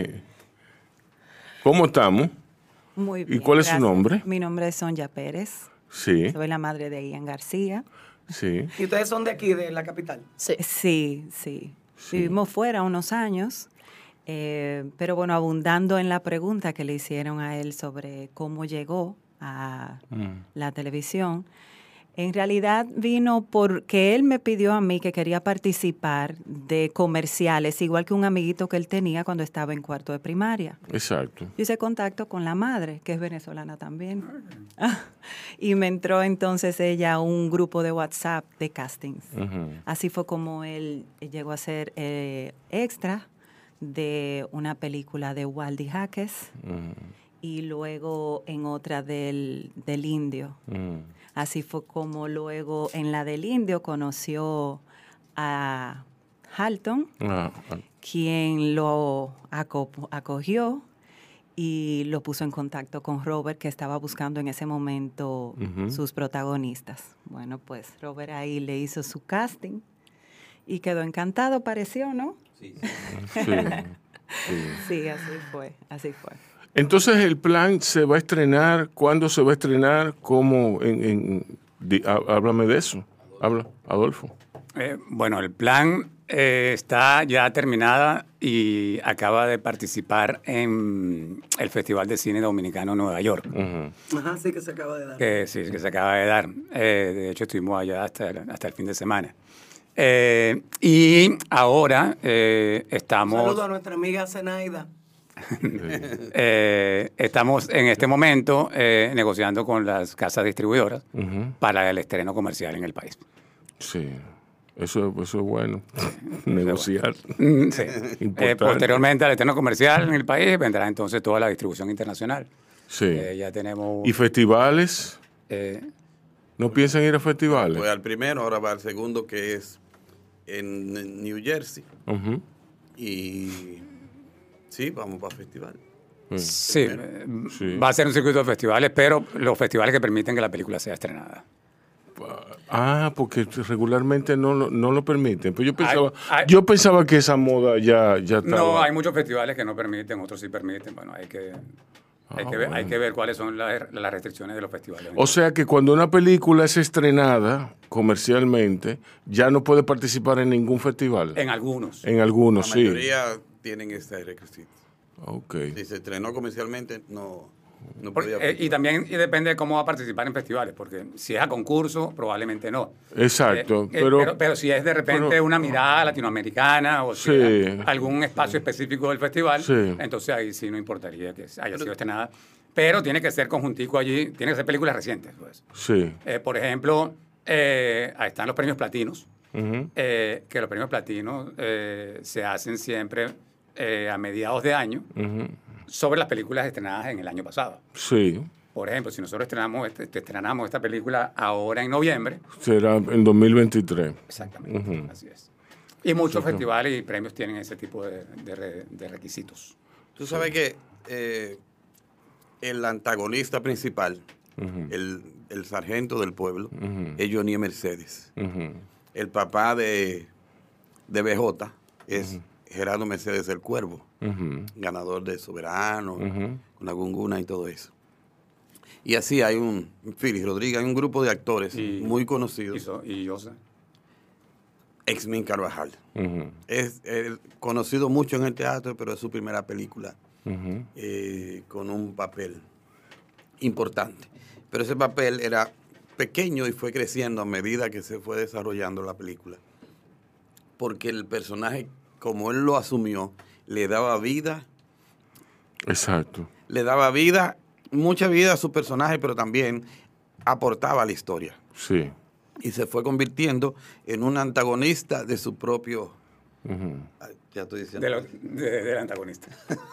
¿Cómo estamos? Muy ¿Y bien. cuál es su gracias. nombre? Mi nombre es Sonia Pérez. Sí, Soy la madre de Ian García. sí. ¿Y ustedes son de aquí, de la capital? Sí. Sí, sí. Sí. Vivimos fuera unos años, eh, pero bueno, abundando en la pregunta que le hicieron a él sobre cómo llegó a Mm. la televisión, en realidad vino porque él me pidió a mí que quería participar de comerciales, igual que un amiguito que él tenía cuando estaba en cuarto de primaria. Exacto. Yo hice contacto con la madre, que es venezolana también. Y me entró entonces ella a un grupo de WhatsApp de castings. Ujú. Así fue como él llegó a ser eh, extra de una película de Waldy Jaques Ujú. y luego en otra del, del Indio. Ujú. Así fue como luego en la del Indio conoció a Halton, Ah, ah. quien lo aco- acogió y lo puso en contacto con Robert, que estaba buscando en ese momento Ujú. sus protagonistas. Bueno, pues Robert ahí le hizo su casting y quedó encantado, pareció, ¿no? Sí, sí. Sí, así fue, así fue. Entonces, el plan se va a estrenar. ¿Cuándo se va a estrenar? ¿Cómo? En, en- di- há- háblame de eso. Habla, Adolfo. Eh, bueno, el plan eh, está ya terminada y acaba de participar en el Festival de Cine Dominicano en Nueva York, Ujú. Ajá, sí que se acaba de dar. que sí, que se acaba de dar. Eh, de hecho, estuvimos allá hasta el, hasta el fin de semana. Eh, y ahora eh, Un estamos... saludo a nuestra amiga Zenaida. Eh, estamos en este momento eh, negociando con las casas distribuidoras Ujú. para el estreno comercial en el país. Sí, eso, eso es bueno. Negociar. Mm, sí. Importante. Eh, posteriormente al estreno comercial en el país vendrá entonces toda la distribución internacional. Sí. Eh, ya tenemos... ¿Y festivales? eh, ¿No piensan ir a festivales? fue al primero, ahora va al segundo, que es en New Jersey. Ujú. Y sí, vamos para el festival. Sí, eh, sí, va a ser un circuito de festivales, pero los festivales que permiten que la película sea estrenada. Ah, porque regularmente no, lo- no lo permiten. Pues yo pensaba, Hay- hay- yo pensaba que esa moda ya, ya estaba. No, hay muchos festivales que no permiten, otros sí permiten. Bueno, hay que, hay Ah, que, ver, hay bueno. que ver cuáles son las, las restricciones de los festivales. O sea que cuando una película es estrenada comercialmente, ya no puede participar en ningún festival. En algunos. En algunos, La sí. mayoría tienen este requisito. Ok. Si se estrenó comercialmente, no, no Por- podía. eh, y también y depende de cómo va a participar en festivales, porque si es a concurso, probablemente no. Exacto, Eh, eh, pero- pero, pero si es de repente pero- una mirada latinoamericana o Sí. sea, algún espacio específico del festival, Sí. entonces ahí sí no importaría que haya sido estrenada. Pero tiene que ser conjuntico allí, tiene que ser películas recientes. Pues. Sí. Eh, por ejemplo, eh, ahí están los premios platinos, Ujú. eh, que los premios platinos eh, se hacen siempre eh, a mediados de año Ujú. sobre las películas estrenadas en el año pasado. Sí. Por ejemplo, si nosotros estrenamos, este, estrenamos esta película ahora en noviembre, Será en dos mil veintitrés. exactamente, Ujú. así es. Y muchos Exacto. festivales y premios tienen ese tipo de, de re- de requisitos. Tú sabes que eh, el antagonista principal, Ujú. el, el sargento del pueblo, Ujú. es Johnny Mercedes. Ujú. El papá de, de B J es Gerardo Mercedes el Cuervo, Ujú. ganador de Soberano, Ujú. con la Gunguna y todo eso. Y así hay un, Félix Rodríguez, hay un grupo de actores Y- muy Y, conocidos. so- y yo sé. Exmin Carvajal. Ujú. Es eh, conocido mucho en el teatro, pero es su primera película Ujú. eh, con un papel importante. Pero ese papel era pequeño y fue creciendo a medida que se fue desarrollando la película. Porque el personaje, como él lo asumió, le daba vida, Exacto. le daba vida, mucha vida a su personaje, pero también aportaba a la historia. Sí. Y se fue convirtiendo en un antagonista de su propio... Ujú. ah, Ya estoy diciendo. De lo- de- del antagonista.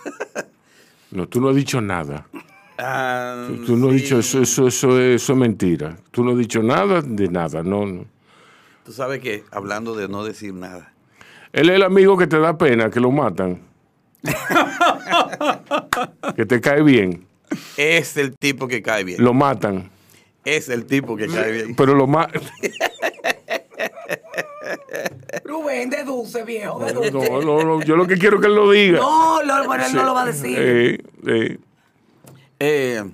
No, tú no has dicho nada. Ah, Tú, tú no has sí. dicho eso, eso, eso, es- eso es mentira. Tú no has dicho nada de nada. No, no. Tú sabes que, hablando de no decir nada, Él es el amigo que te da pena, que lo matan. Que te cae bien. es el tipo que cae bien. Lo matan. Es el tipo que cae bien. Pero lo matan. Rubén, deduce, viejo, deduce. No, no, no. Yo lo que quiero es que él lo diga. No, lo- bueno, él no lo va a decir. Eh, eh. Eh,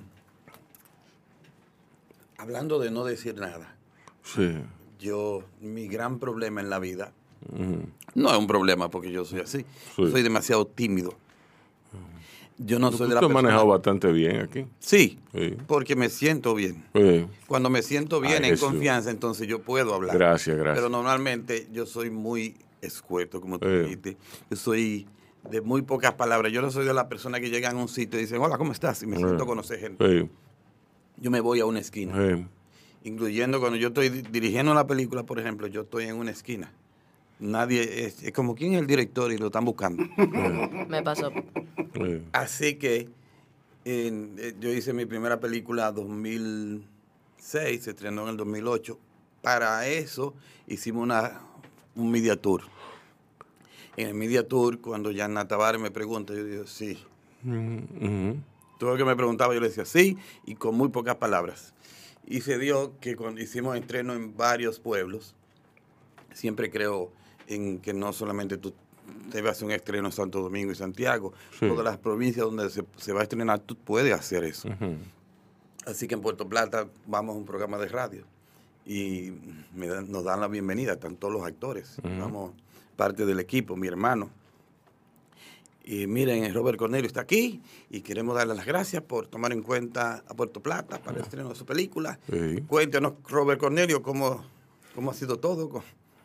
hablando de no decir nada, Sí. yo, mi gran problema en la vida, Ujú. no es un problema porque yo soy así, Sí. soy demasiado tímido. Yo no soy Tú de la te has persona... manejado bastante bien aquí. Sí, Sí. porque me siento bien. Eh, Cuando me siento bien, Ay, en Jesús. confianza, entonces yo puedo hablar. Gracias, gracias. Pero normalmente yo soy muy escueto, como tú Eh. dijiste. Yo soy de muy pocas palabras. Yo no soy de la persona que llegan a un sitio y dicen, hola, ¿cómo estás? Y me siento a conocer gente. eh, Yo me voy a una esquina. eh. Incluyendo cuando yo estoy di- dirigiendo una película, por ejemplo, yo estoy en una esquina. Nadie, es, es como quién es el director y lo están buscando. Me pasó. Eh. Así que en- eh, yo hice mi primera película dos mil seis, se estrenó en el dos mil ocho. Para eso hicimos una, un media tour. En el media tour, cuando Yanna Tavares me pregunta, yo digo, sí. Ujú. Todo lo que me preguntaba yo le decía sí, y con muy pocas palabras. Y se dio que cuando hicimos estreno en varios pueblos, siempre creo en que no solamente tú debes hacer un estreno en Santo Domingo y Santiago, Sí. todas las provincias donde se, se va a estrenar, tú puedes hacer eso. Ujú. Así que en Puerto Plata vamos a un programa de radio y me dan- nos dan la bienvenida, están todos los actores, vamos parte del equipo, mi hermano. Y miren, Robert Cornelio está aquí y queremos darle las gracias por tomar en cuenta a Puerto Plata para el estreno de su película. Sí. Cuéntanos, Robert Cornelio, cómo, cómo ha sido todo. Co-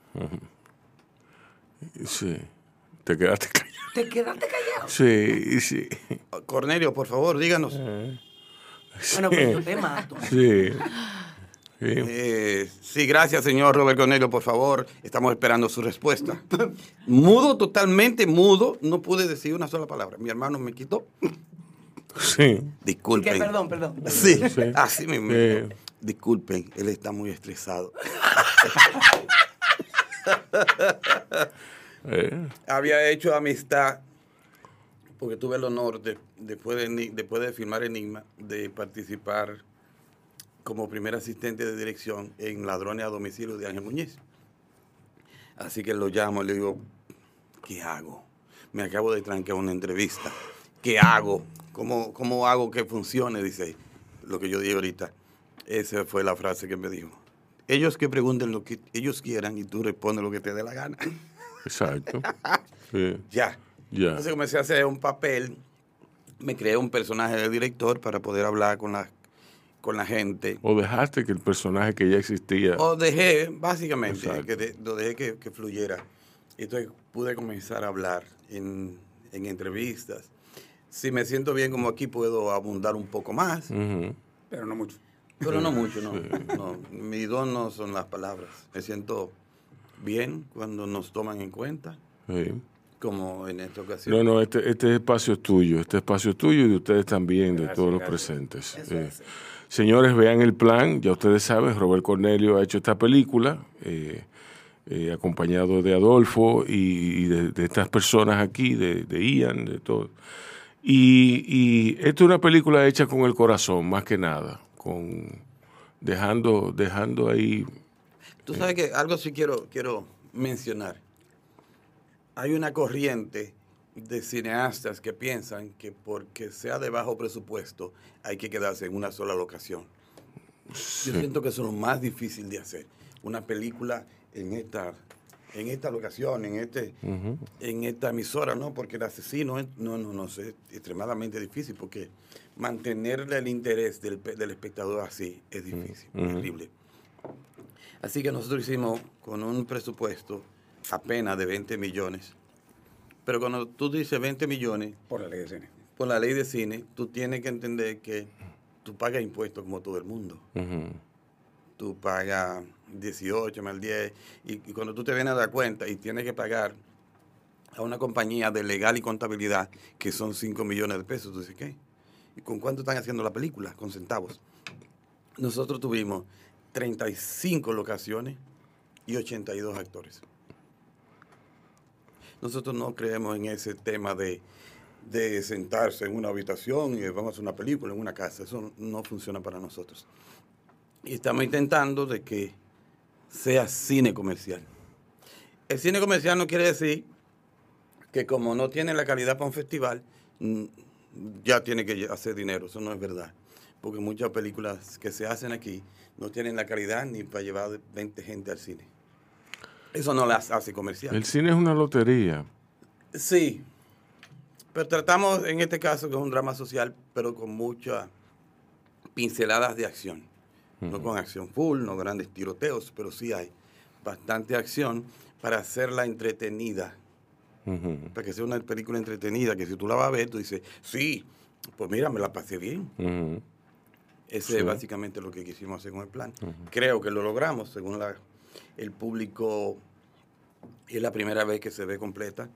Sí. Te quedaste callado. ¿Te quedaste callado? Sí, sí. Cornelio, por favor, díganos. Bueno, pues yo te mato. Sí. Sí. Eh, sí, gracias, señor Robert Cornelio, por favor. Estamos esperando su respuesta. Mudo, totalmente mudo. No pude decir una sola palabra. Mi hermano me quitó. Sí. Disculpen. ¿Qué? Perdón, perdón. Sí, Sí. así mismo. Sí. Disculpen, él está muy estresado. Eh. Había hecho amistad porque tuve el honor, de, después, de, después de filmar Enigma, de participar como primer asistente de dirección en Ladrones a Domicilio de Ángel Muñiz. Así que lo llamo y le digo, ¿qué hago? Me acabo de trancar una entrevista. ¿Qué hago? ¿Cómo, cómo hago que funcione? Dice, lo que yo dije ahorita. Esa fue la frase que me dijo. Ellos que pregunten lo que ellos quieran y tú respondes lo que te dé la gana. Exacto. Sí. Ya. Ya. Entonces comencé a hacer un papel, me creé un personaje de director para poder hablar con la, con la gente. O dejaste que el personaje que ya existía. O dejé, básicamente, Exacto. que de- lo dejé que, que fluyera. Entonces pude comenzar a hablar en, en entrevistas. Si me siento bien como aquí, puedo abundar un poco más. Ujú. Pero no mucho. Pero no mucho, no. no. Mi don no son las palabras. Me siento bien cuando nos toman en cuenta, Sí. como en esta ocasión. No, no, este, este espacio es tuyo, este espacio es tuyo y de ustedes también, de Gracias, todos los gracias. presentes. Eso Eh, es. señores, vean el plan, ya ustedes saben, Robert Cornelio ha hecho esta película, eh, eh, acompañado de Adolfo y, y de, de estas personas aquí, de, de Ian, de todo. Y, y esta es una película hecha con el corazón, más que nada, con dejando, dejando ahí. Tú sabes que algo sí quiero, quiero mencionar. Hay una corriente de cineastas que piensan que porque sea de bajo presupuesto hay que quedarse en una sola locación. Yo siento que eso es lo más difícil de hacer. Una película en esta, en esta locación, en este, Ujú. en esta emisora, ¿no? Porque el asesino es, no, no, no, es extremadamente difícil porque mantenerle el interés del, pe- del espectador así es difícil, Ujú. terrible. Así que nosotros hicimos con un presupuesto apenas de veinte millones. Pero cuando tú dices veinte millones, Por la ley de cine. por la ley de cine, tú tienes que entender que tú pagas impuestos como todo el mundo. Ujú. Tú pagas dieciocho más el diez, y, y cuando tú te vienes a dar cuenta y tienes que pagar a una compañía de legal y contabilidad que son cinco millones de pesos, tú dices, ¿qué? ¿Y con cuánto están haciendo la película? Con centavos. Nosotros tuvimos treinta y cinco locaciones y ochenta y dos actores. Nosotros no creemos en ese tema de, de sentarse en una habitación y vamos a hacer una película en una casa. Eso no funciona para nosotros. Y estamos intentando de que sea cine comercial. El cine comercial no quiere decir que como no tiene la calidad para un festival, mm, ya tiene que hacer dinero. Eso no es verdad. Porque muchas películas que se hacen aquí no tienen la calidad ni para llevar veinte gente al cine. Eso no las hace comercial. El cine es una lotería. Sí, pero tratamos en este caso que es un drama social, pero con muchas pinceladas de acción. No con acción full, no grandes tiroteos, pero sí hay bastante acción para hacerla entretenida. Ujú. Para que sea una película entretenida, que si tú la vas a ver, tú dices, sí, pues mira, me la pasé bien. Ujú. Ese Sí. es básicamente lo que quisimos hacer con el plan. Creo que lo logramos, según la, el público, es la primera vez que se ve completa.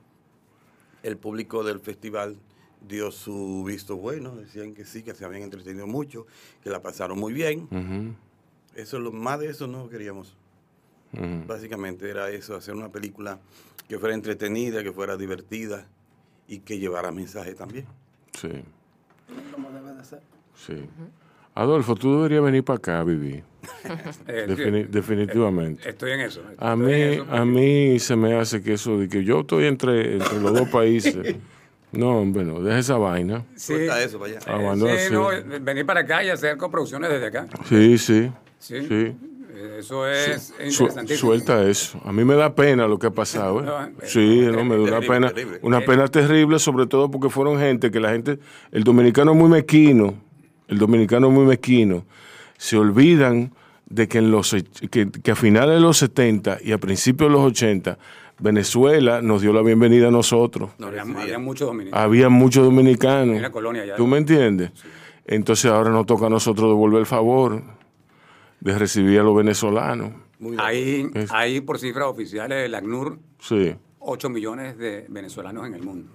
El público del festival dio su visto bueno, decían que sí, que se habían entretenido mucho, que la pasaron muy bien. Ujú. Eso, lo más de eso no queríamos. Ujú. Básicamente era eso, hacer una película que fuera entretenida, que fuera divertida y que llevara mensaje también. Sí, Como debe de ser. sí. Adolfo, tú deberías venir para acá a vivir. Eh, Defini- sí, definitivamente. Estoy en eso. A estoy mí, en eso, a porque- mí se me hace que eso de que yo estoy entre, entre los dos países. No, hombre, no, deja esa vaina. Sí, Suelta eso para allá. eh, Abandona, sí, sí. no, eh, venir para acá y hacer coproducciones desde acá. Sí, sí, Sí. sí. Eh, Eso es Su- interesantísimo. suelta eso. A mí me da pena lo que ha pasado. ¿eh? No, eh, Sí, no, me da una terrible, pena, terrible. una pena terrible, sobre todo porque fueron gente que la gente, el dominicano es muy mezquino, el dominicano es muy mezquino, se olvidan de que en los que, que a finales de los setenta y a principios de los ochenta Venezuela nos dio la bienvenida a nosotros. No había, recibía. había muchos dominicanos. Había muchos dominicanos. En la colonia ya. ¿Tú me entiendes? Entonces ahora nos toca a nosotros devolver el favor de recibir a los venezolanos. Muy bien. Hay, Es- hay por cifras oficiales del ACNUR Sí. ocho millones de venezolanos en el mundo.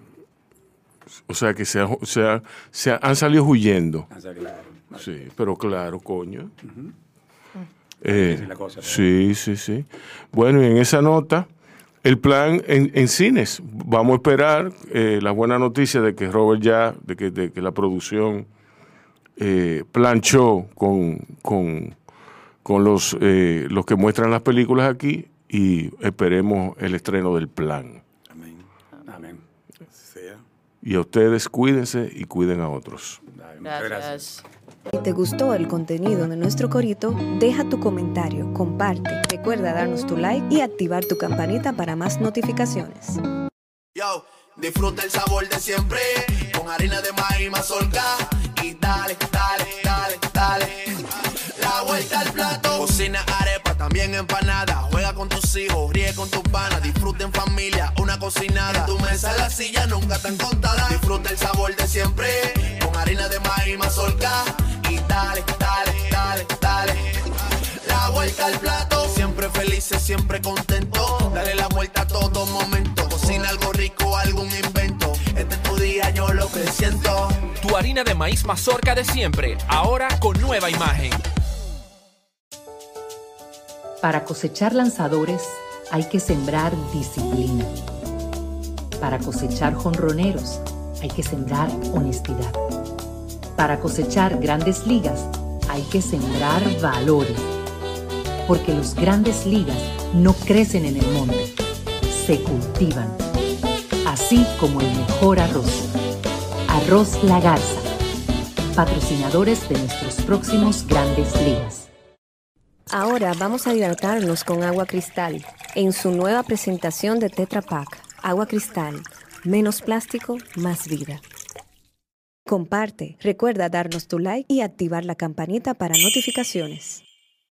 O sea que se, ha- se, ha- se ha- han salido huyendo. Han salido. Sí, pero claro, coño. Eh, difícil la cosa, pero- sí, sí, sí. Bueno, y en esa nota, el plan en, en cines. Vamos a esperar eh, la buena noticia de que Robert ya, de que, de que la producción eh, planchó con, con, con los, eh, los que muestran las películas aquí y esperemos el estreno del plan. Amén. Amén. Sea. Y a ustedes cuídense y cuiden a otros. Dale, muchas gracias. Gracias. Si te gustó el contenido de nuestro corito, deja tu comentario, comparte, recuerda darnos tu like y activar tu campanita para más notificaciones. Yo, disfruta el sabor de siempre con harina de maíz mazorca y dale, dale, dale, dale. La vuelta al plato. Cocina arepa, también empanada. Juega con tus hijos, ríe con tus panas. Disfruta en familia, una cocinada. En tu mesa, la silla nunca tan contada. Disfruta el sabor de siempre con harina de maíz mazorca y dale, dale, dale, dale. La vuelta al plato. Siempre felices, siempre contento. Dale la vuelta a todo momento. Cocina algo rico, algún invento. Este es tu día, yo lo que siento. Tu harina de maíz mazorca de siempre, ahora con nueva imagen. Para cosechar lanzadores hay que sembrar disciplina. Para cosechar jonroneros hay que sembrar honestidad. Para cosechar grandes ligas hay que sembrar valores. Porque los grandes ligas no crecen en el monte, se cultivan. Así como el mejor arroz. Arroz La Garza, patrocinadores de nuestros próximos grandes ligas. Ahora vamos a hidratarnos con agua cristal en su nueva presentación de Tetra Pak. Agua cristal, menos plástico, más vida. Comparte, recuerda darnos tu like y activar la campanita para notificaciones.